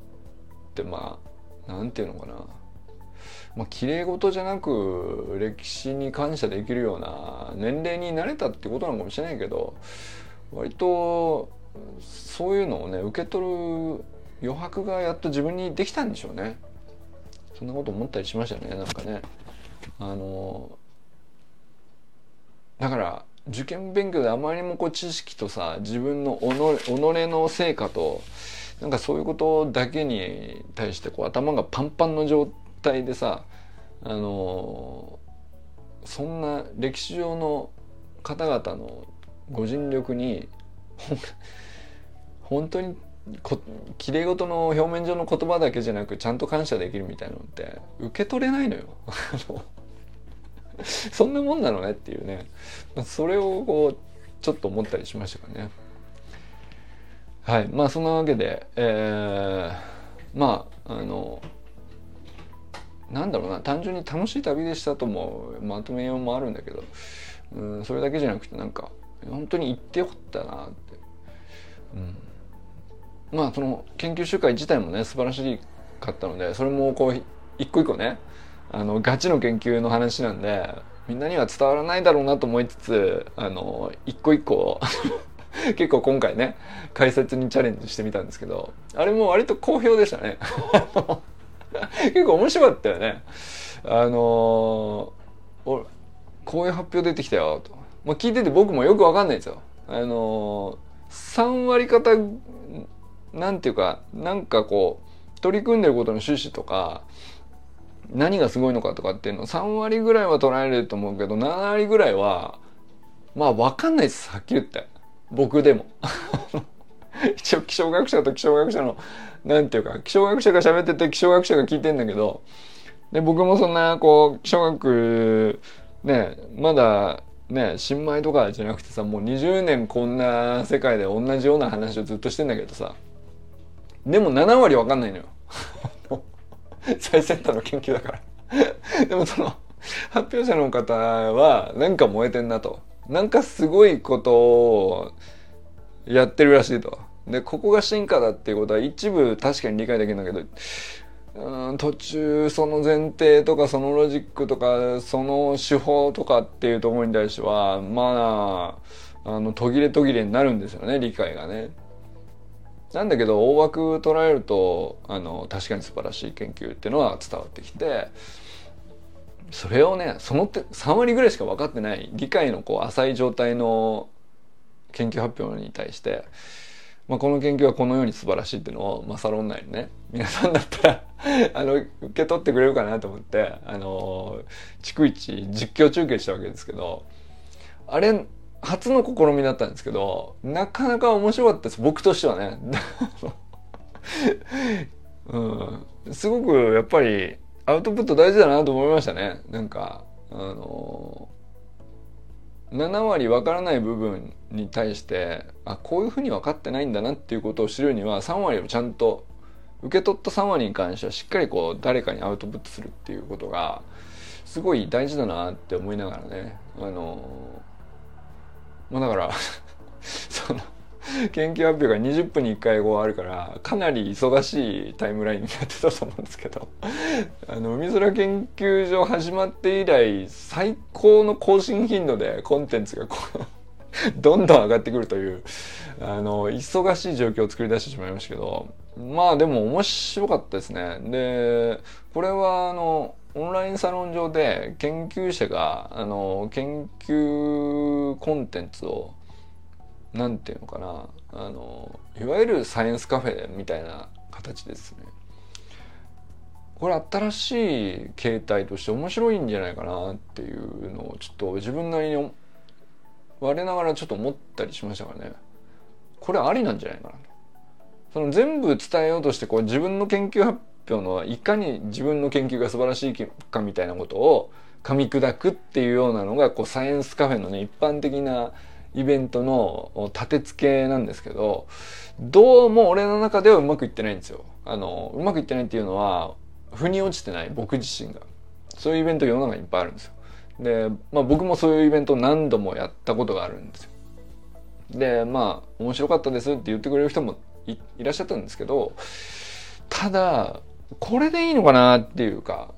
まあなんていうのかな、まあ綺麗事じゃなく歴史に感謝できるような年齢になれたってことなのかもしれないけど、割とそういうのをね受け取る余白がやっと自分にできたんでしょうね。そんなこと思ったりしましたね。なんかねあのだから受験勉強であまりにもこう知識とさ自分の己の成果となんかそういうことだけに対してこう頭がパンパンの状態でさ、あのそんな歴史上の方々のご尽力に本当にこ綺麗事の表面上の言葉だけじゃなくちゃんと感謝できるみたいなのって受け取れないのよそんなもんなのねっていうね、それをこうちょっと思ったりしましたかね。はい、まあそんなわけで、えー、まああのなんだろうな、単純に楽しい旅でしたともまとめようもあるんだけど、うん、それだけじゃなくてなんか本当に行ってよかったなって、うん、まあその研究集会自体もね素晴らしかったので、それもこう一個一個ねあのガチの研究の話なんでみんなには伝わらないだろうなと思いつつ、あの一個一個結構今回ね解説にチャレンジしてみたんですけど、あれも割と好評でしたね結構面白かったよね。あのー、こういう発表出てきたよと、まあ、聞いてて僕もよくわかんないんですよ。あのー、さん割方なんていうかなんかこう取り組んでることの趣旨とか何がすごいのかとかっていうのをさん割ぐらいは捉えれると思うけどなな割ぐらいはまあ分かんないです、はっきり言って僕でも一応気象学者と気象学者のなんていうか気象学者が喋ってて気象学者が聞いてんだけど、で僕もそんなこう気象学ねまだね新米とかじゃなくてさ、もうにじゅうねんこんな世界で同じような話をずっとしてんだけどさ、でもなな割わかんないのよ最先端の研究だからでもその発表者の方はなんか燃えてんなと、なんかすごいことをやってるらしいと。でここが進化だっていうことは一部確かに理解できるんだけど、うん途中その前提とかそのロジックとかその手法とかっていうところに対してはまああの途切れ途切れになるんですよね、理解がね。なんだけど大枠捉えるとあの確かに素晴らしい研究っていうのは伝わってきて、それをねそのってさん割ぐらいしか分かってない理解のこう浅い状態の研究発表に対して、まあ、この研究はこのように素晴らしいっていうのを、まあ、サロン内にね皆さんだったらあの受け取ってくれるかなと思ってあの逐一実況中継したわけですけど、あれ初の試みだったんですけどなかなか面白かったです、僕としてはねうん、すごくやっぱりアウトプット大事だなと思いましたね。なんかあのなな割分からない部分に対してあこういうふうに分かってないんだなっていうことを知るにはさん割をちゃんと受け取ったさん割に関してはしっかりこう誰かにアウトプットするっていうことがすごい大事だなって思いながらね、あのまあだからその研究発表がにじゅっぷんにいっかいこうあるからかなり忙しいタイムラインになってたと思うんですけどあの海空研究所始まって以来最高の更新頻度でコンテンツがこうどんどん上がってくるというあの忙しい状況を作り出してしまいましたけど、まあでも面白かったですね。でこれはあのオンラインサロン上で研究者があの研究コンテンツをなんていうのかなあのいわゆるサイエンスカフェみたいな形ですね。これ新しい形態として面白いんじゃないかなっていうのをちょっと自分なりに我ながらちょっと思ったりしましたからね。これありなんじゃないかなと。その全部伝えようとしてこう自分の研究発表のいかに自分の研究が素晴らしいかみたいなことを噛み砕くっていうようなのがこうサイエンスカフェのね一般的なイベントの立て付けなんですけど、どうも俺の中ではうまくいってないんですよ。あのうまくいってないっていうのは腑に落ちてない僕自身が。そういうイベント世の中にいっぱいあるんですよ。で、まあ僕もそういうイベントを何度もやったことがあるんですよ。で、まあ面白かったですって言ってくれる人も い, いらっしゃったんですけど、ただこれでいいのかなっていうか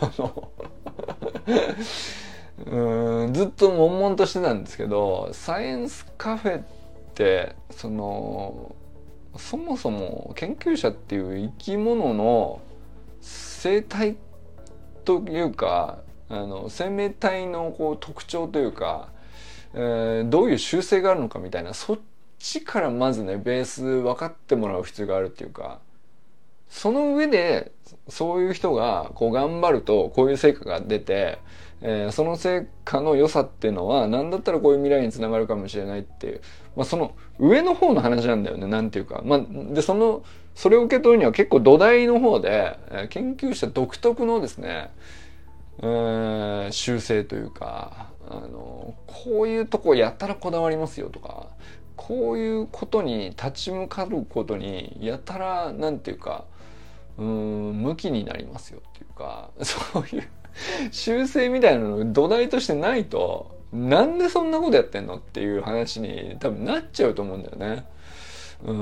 うんずっと悶々としてたんですけど、サイエンスカフェってそのそもそも研究者っていう生き物の生態というかあの生命体のこう特徴というか、えー、どういう習性があるのかみたいな、そっちからまずねベース分かってもらう必要があるっていうか、その上でそういう人がこう頑張るとこういう成果が出て、えー、その成果の良さっていうのは何だったらこういう未来につながるかもしれないっていう、まあ、その上の方の話なんだよね。なんていうか、まあ、でそのそれを受け取るには結構土台の方で、えー、研究者独特のですね、えー、習性というか、あのこういうとこやったらこだわりますよとか、こういうことに立ち向かうことにやたらなんていうかうーん向きになりますよっていうか、そういう習性みたいなのが土台としてないとなんでそんなことやってんのっていう話に多分なっちゃうと思うんだよね。うん、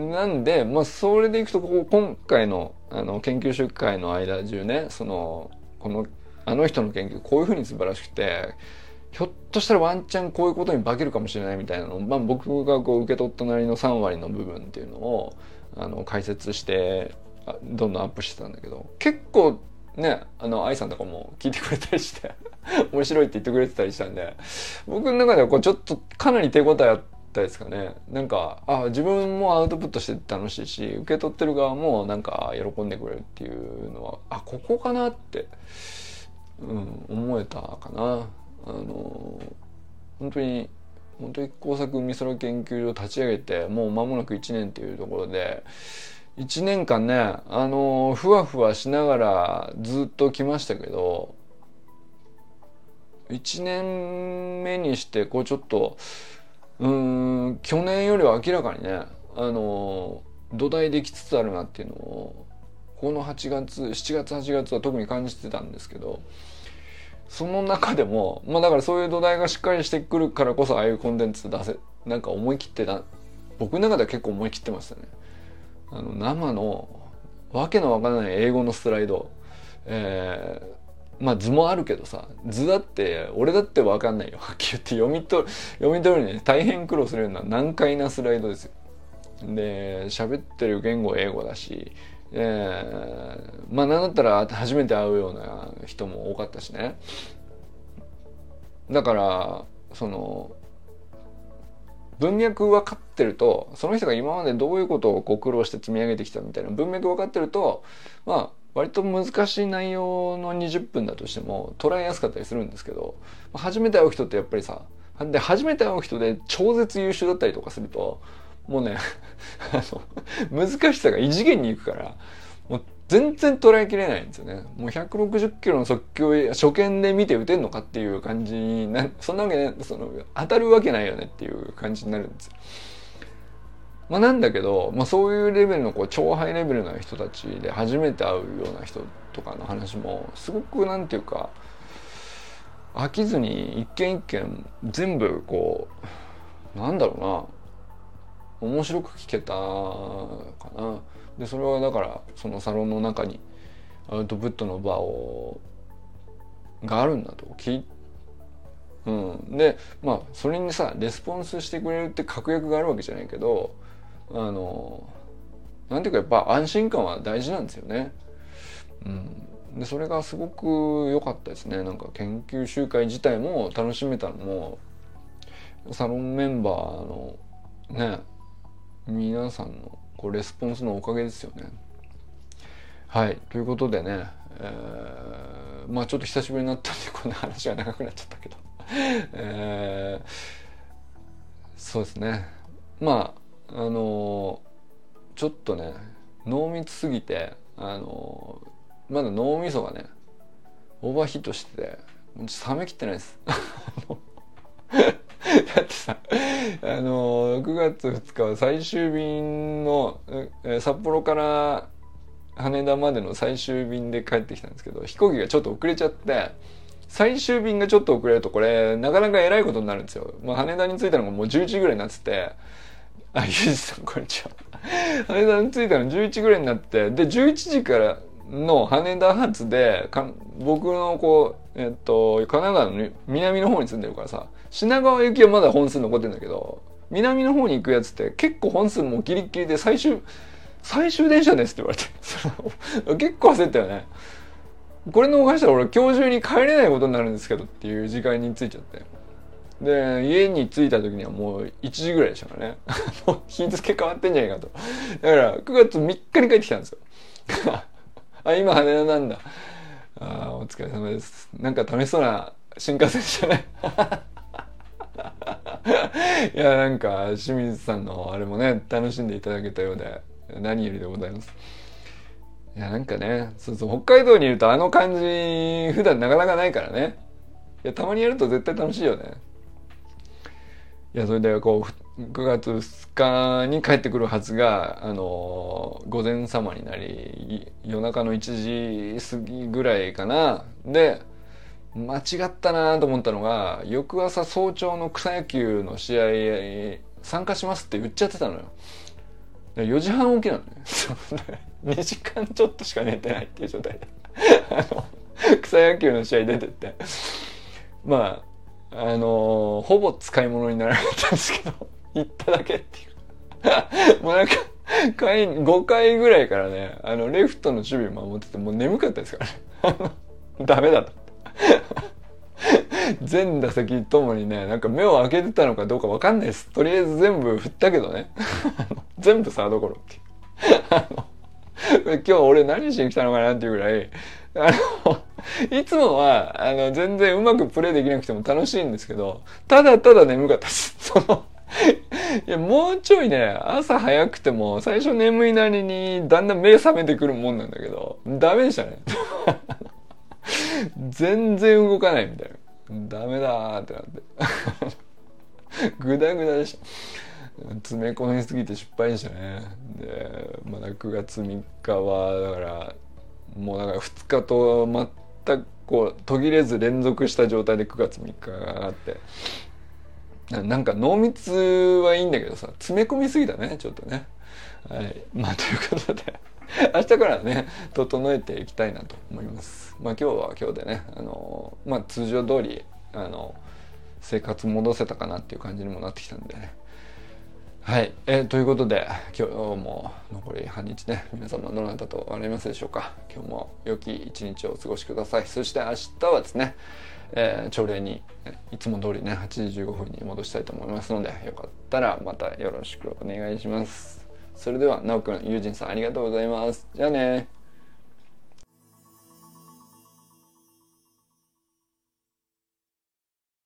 なんで、まあ、それでいくとこう今回のあの研究集会の間中ね、そのこのあの人の研究こういうふうに素晴らしくてひょっとしたらワンチャンこういうことに化けるかもしれないみたいなのを、まあ、僕がこう受け取ったなりのさん割の部分っていうのをあの解説してどんどんアップしてたんだけど、結構ねあの愛さんとかも聞いてくれたりして面白いって言ってくれてたりしたんで、僕の中ではこうちょっとかなり手応えあったですかね。なんかあ自分もアウトプットして楽しいし受け取ってる側もなんか喜んでくれるっていうのはあここかなって、うん、思えたかな。あの本当に本当に工作海空研究所を立ち上げてもう間もなくいちねんっていうところでいちねんかんねあのふわふわしながらずっと来ましたけど、 いちねんめにしてこうちょっとうーん去年よりは明らかにねあの土台できつつあるなっていうのをこのはちがつしちがつはちがつは特に感じてたんですけど、その中でもまあだからそういう土台がしっかりしてくるからこそああいうコンテンツ出せなんか思い切ってな僕の中では結構思い切ってましたね。あの生のわけのわからない英語のスライド、えー、まあ図もあるけどさ図だって俺だってわかんないよはっきり言って読みと読み取るに、ね、大変苦労するような難解なスライドですよ。で喋ってる言語英語だし、えー、まあなんだったら初めて会うような人も多かったしね。だからその文脈分かってるとその人が今までどういうことをこう苦労して積み上げてきたみたいな文脈分かってるとまあ割と難しい内容のにじゅっぷんだとしても捉えやすかったりするんですけど、初めて会う人ってやっぱりさで初めて会う人で超絶優秀だったりとかするともうねあの難しさが異次元に行くからもう全然捉えきれないんですよね。もうひゃくろくじゅっキロの速球初見で見て打てんのかっていう感じになそんなわけねその当たるわけないよねっていう感じになるんですよ。まあなんだけど、まあ、そういうレベルのこう超ハイレベルな人たちで初めて会うような人とかの話もすごくなんていうか飽きずに一件一件全部こうなんだろうな面白く聞けたかな。でそれはだからそのサロンの中にアウトプットの場をがあるんだと聞いうん、でまあそれにさレスポンスしてくれるって確約があるわけじゃないけどあのなんていうかやっぱ安心感は大事なんですよね。うん、でそれがすごく良かったですね。なんか研究集会自体も楽しめたのもサロンメンバーのね皆さんのこうレスポンスのおかげですよね。はいということでね、えー、まあちょっと久しぶりになったんでこんな話が長くなっちゃったけど、えー、そうですねまああのー、ちょっとね濃密すぎてあのー、まだ脳みそがねオーバーヒートしてて冷めきってないですだってさあのくがつふつかは最終便の札幌から羽田までの最終便で帰ってきたんですけど飛行機がちょっと遅れちゃって最終便がちょっと遅れるとこれなかなかえらいことになるんですよ。まあ、羽田に着いたのがもうじゅういちじぐらいになっててあゆうじさんこんにちは羽田に着いたのじゅういちじぐらいになってでじゅういちじからの羽田発でか僕のこうえっと神奈川の南の方に住んでるからさ品川行きはまだ本数残ってるんだけど南の方に行くやつって結構本数もギリギリで最終最終電車ですって言われて結構焦ったよね。これ逃したら俺今日中に帰れないことになるんですけどっていう時間に着いちゃってで家に着いた時にはもういちじぐらいでしたからねもう日付変わってんじゃないかと。だからくがつみっかに帰ってきたんですよあ今羽田なんだ。あお疲れ様です。なんか楽しそうな新幹線でしたねいやなんか清水さんのあれもね楽しんでいただけたようで何よりでございます。いやなんかねそうそう北海道にいるとあの感じ普段なかなかないからね。いやたまにやると絶対楽しいよね。いやそれでこうくがつふつかに帰ってくるはずがあの午前様になり夜中のいちじ過ぎぐらいかなで間違ったなと思ったのが翌朝早朝の草野球の試合参加しますって言っちゃってたのよ。よじはん起きなのねにじかんちょっとしか寝てないっていう状態であの草野球の試合出てってまああのほぼ使い物にならなかったんですけど行っただけっていうもうなんかごかいぐらいからねあのレフトの守備守っててもう眠かったですからねダメだと全打席ともにねなんか目を開けてたのかどうか分かんないです。とりあえず全部振ったけどね全部サードゴロっていうあの今日俺何しに来たのかなっていうぐらいあのいつもはあの全然うまくプレーできなくても楽しいんですけどただただ眠かったですそのいやもうちょいね朝早くても最初眠いなりにだんだん目覚めてくるもんなんだけどダメでしたね全然動かないみたいダメだーってなってグダグダでした詰め込みすぎて失敗でしたね。でまだくがつみっかはだからもうだからふつかと全くこう途切れず連続した状態でくがつみっかがあってなんか濃密はいいんだけどさ詰め込みすぎたねちょっとね。はいまあということで明日からね整えていきたいなと思います。まあ今日は今日でねあのまあ通常通りあの生活戻せたかなっていう感じにもなってきたんでね。はい、えー、ということで今日も残り半日ね皆様どなたと笑いますでしょうか。今日も良き一日をお過ごしください。そして明日はですね、えー、朝礼にいつも通りねはちじじゅうごふんに戻したいと思いますのでよかったらまたよろしくお願いします。それではなおくん、ゆうじんさんありがとうございます。じゃあね。